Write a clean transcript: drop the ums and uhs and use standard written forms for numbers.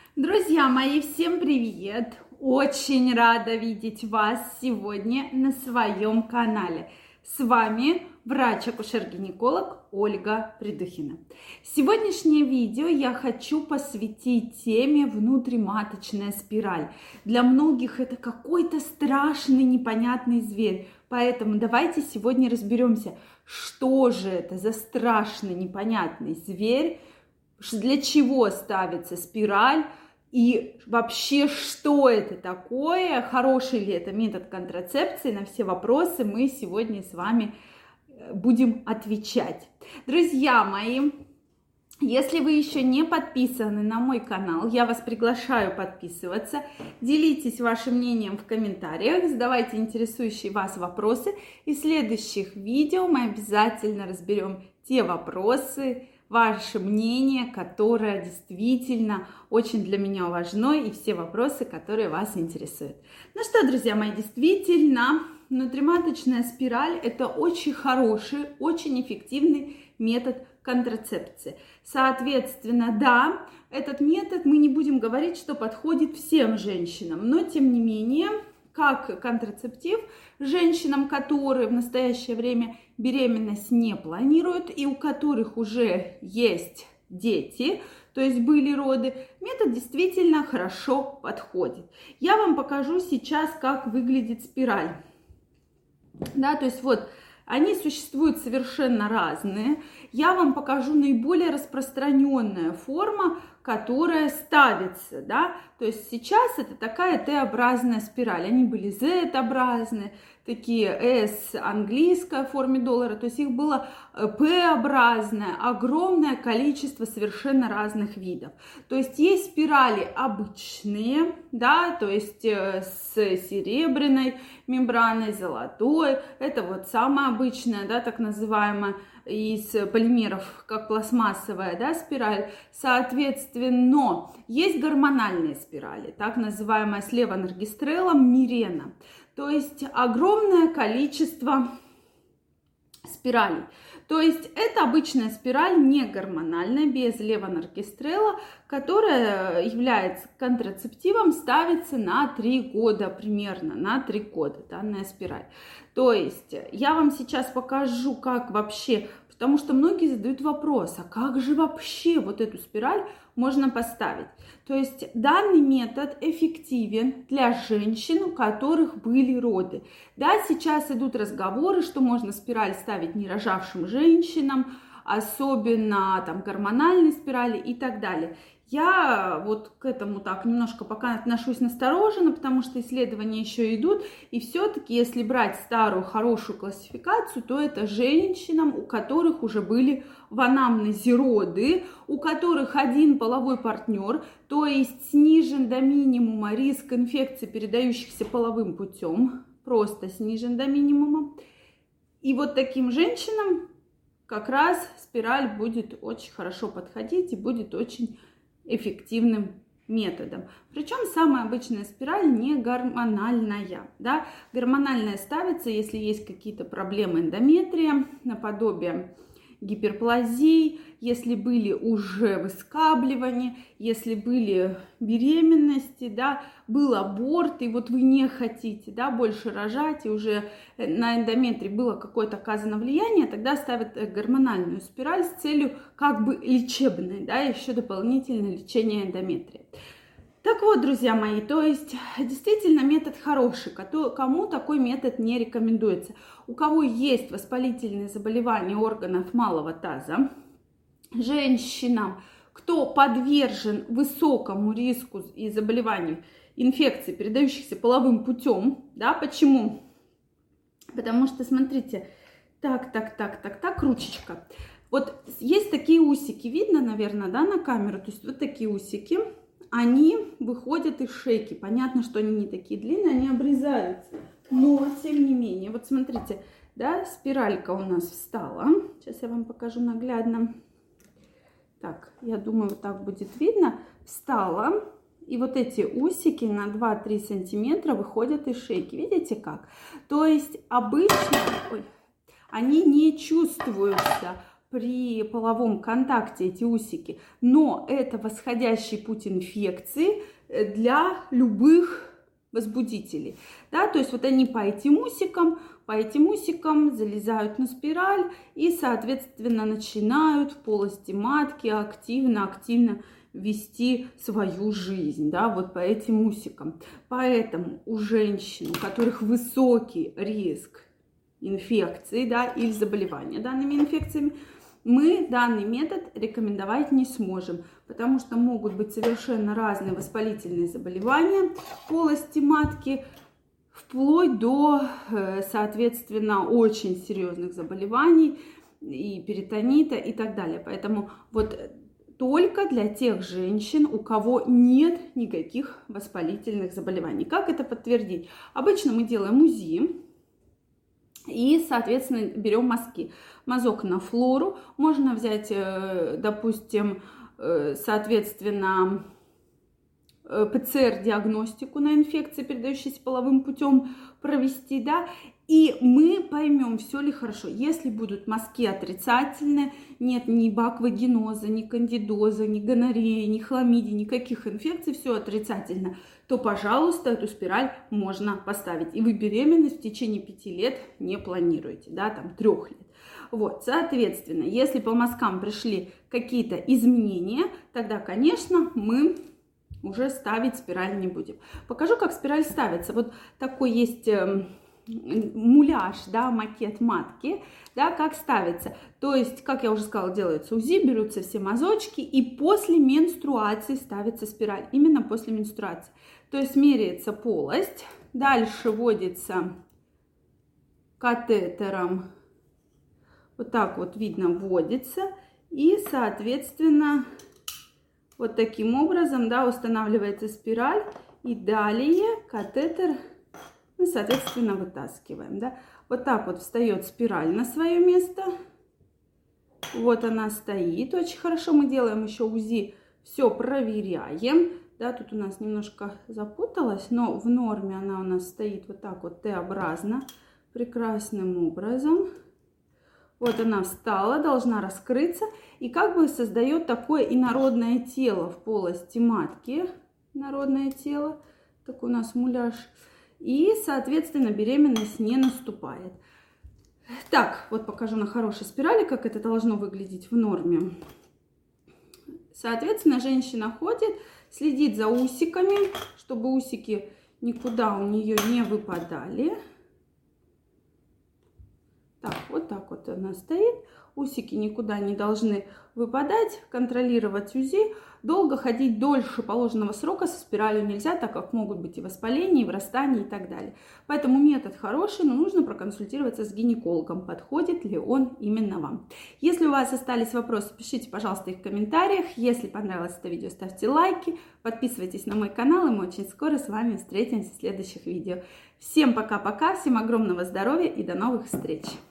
Друзья мои, всем привет! Очень рада видеть вас сегодня на своем канале. С вами врач-акушер-гинеколог Ольга Придухина. Сегодняшнее видео я хочу посвятить теме внутриматочная спираль. Для многих это какой-то страшный непонятный зверь. Поэтому давайте сегодня разберемся, что же это за страшный непонятный зверь, для чего ставится спираль и вообще, что это такое, хороший ли это метод контрацепции. На все вопросы мы сегодня с вами будем отвечать. Друзья мои, если вы еще не подписаны на мой канал, я вас приглашаю подписываться. Делитесь вашим мнением в комментариях, задавайте интересующие вас вопросы. И в следующих видео мы обязательно разберем те вопросы, ваше мнение, которое действительно очень для меня важно, и все вопросы, которые вас интересуют. Ну что, друзья мои, действительно, внутриматочная спираль – это очень хороший, очень эффективный метод контрацепции. Соответственно, да, этот метод, мы не будем говорить, что подходит всем женщинам, но тем не менее, как контрацептив женщинам, которые в настоящее время беременность не планируют и у которых уже есть дети, то есть были роды, метод действительно хорошо подходит. Я вам покажу сейчас, как выглядит спираль. Да, то есть вот они существуют совершенно разные. Я вам покажу наиболее распространенная форма, которая ставится, да, то есть сейчас это такая Т-образная спираль, они были Z-образные, такие S английская в форме доллара, то есть их было П-образное, огромное количество совершенно разных видов. То есть есть спирали обычные, да, то есть с серебряной мембраной, золотой, это вот самая обычная, да, так называемая, из полимеров, как пластмассовая, да, спираль. Соответственно, есть гормональные спирали, так называемая с левоноргестрелом Мирена. То есть огромное количество спиралей. То есть это обычная спираль, не гормональная, без левоноргестрела, которая является контрацептивом, ставится на 3 года примерно, на 3 года данная спираль. То есть я вам сейчас покажу, как вообще, потому что многие задают вопрос, а как же вообще вот эту спираль можно поставить? То есть данный метод эффективен для женщин, у которых были роды. Да, сейчас идут разговоры, что можно спираль ставить нерожавшим женщинам, особенно там гормональные спирали и так далее. Я вот к этому так немножко пока отношусь настороженно, потому что исследования еще идут, и все-таки, если брать старую хорошую классификацию, то это женщинам, у которых уже были в анамнезе роды, у которых один половой партнер, то есть снижен до минимума риск инфекций, передающихся половым путем, просто снижен до минимума. И вот таким женщинам как раз спираль будет очень хорошо подходить и будет очень эффективным методом. Причем самая обычная спираль не гормональная. Да? Гормональная ставится, если есть какие-то проблемы эндометрия, наподобие гиперплазии, если были уже выскабливания, если были беременности, да, был аборт, и вот вы не хотите, да, больше рожать, и уже на эндометрии было какое-то оказано влияние, тогда ставят гормональную спираль с целью как бы лечебной, да, еще дополнительное лечение эндометрия. Так вот, друзья мои, то есть действительно метод хороший, кому такой метод не рекомендуется. У кого есть воспалительные заболевания органов малого таза, женщинам, кто подвержен высокому риску и заболеванию инфекций, передающихся половым путем, да, почему? Потому что, смотрите, так, ручечка. Вот есть такие усики, видно, наверное, да, на камеру, то есть вот такие усики. Они выходят из шейки. Понятно, что они не такие длинные, они обрезаются. Но, тем не менее, вот смотрите, да, спиралька у нас встала. Сейчас я вам покажу наглядно. Так, я думаю, вот так будет видно. Встала. И вот эти усики на 2-3 сантиметра выходят из шейки. Видите как? То есть обычно они не чувствуются при половом контакте эти усики, но это восходящий путь инфекции для любых возбудителей, да, то есть вот они по этим усикам залезают на спираль и, соответственно, начинают в полости матки активно вести свою жизнь, да, вот по этим усикам. Поэтому у женщин, у которых высокий риск инфекции, да, или заболевания данными инфекциями, мы данный метод рекомендовать не сможем, потому что могут быть совершенно разные воспалительные заболевания полости матки, вплоть до, соответственно, очень серьезных заболеваний и перитонита и так далее. Поэтому вот только для тех женщин, у кого нет никаких воспалительных заболеваний. Как это подтвердить? Обычно мы делаем УЗИ и, соответственно, берем мазки. Мазок на флору. Можно взять, допустим, соответственно, ПЦР-диагностику на инфекции, передающиеся половым путем, провести, да, и мы поймем, все ли хорошо. Если будут мазки отрицательные, нет ни баквагеноза, ни кандидоза, ни гонореи, ни хламидии, никаких инфекций, все отрицательно, то, пожалуйста, эту спираль можно поставить. И вы беременность в течение 5 лет не планируете, да, там 3 лет. Вот, соответственно, если по мазкам пришли какие-то изменения, тогда, конечно, мы уже ставить спираль не будем. Покажу, как спираль ставится. Вот такой есть муляж, да, макет матки, да, как ставится. То есть, как я уже сказала, делается УЗИ, берутся все мазочки, и после менструации ставится спираль. Именно после менструации. То есть, меряется полость, дальше вводится катетером, вот так вот видно, вводится, и, соответственно, вот таким образом, да, устанавливается спираль, и далее катетер мы, соответственно, вытаскиваем, да. Вот так вот встает спираль на свое место. Вот она стоит. Очень хорошо мы делаем еще УЗИ, все проверяем. Да, тут у нас немножко запуталась, но в норме она у нас стоит вот так вот Т-образно, прекрасным образом. Вот она встала, должна раскрыться и как бы создает такое инородное тело в полости матки. Инородное тело, такой у нас муляж. И, соответственно, беременность не наступает. Так, вот покажу на хорошей спирали, как это должно выглядеть в норме. Соответственно, женщина ходит, следит за усиками, чтобы усики никуда у нее не выпадали. Так вот она стоит. Усики никуда не должны выпадать. Контролировать УЗИ. Долго ходить дольше положенного срока со спиралью нельзя, так как могут быть и воспаления, и врастания, и так далее. Поэтому метод хороший, но нужно проконсультироваться с гинекологом, подходит ли он именно вам. Если у вас остались вопросы, пишите, пожалуйста, их в комментариях. Если понравилось это видео, ставьте лайки, подписывайтесь на мой канал, и мы очень скоро с вами встретимся в следующих видео. Всем пока-пока, всем огромного здоровья и до новых встреч!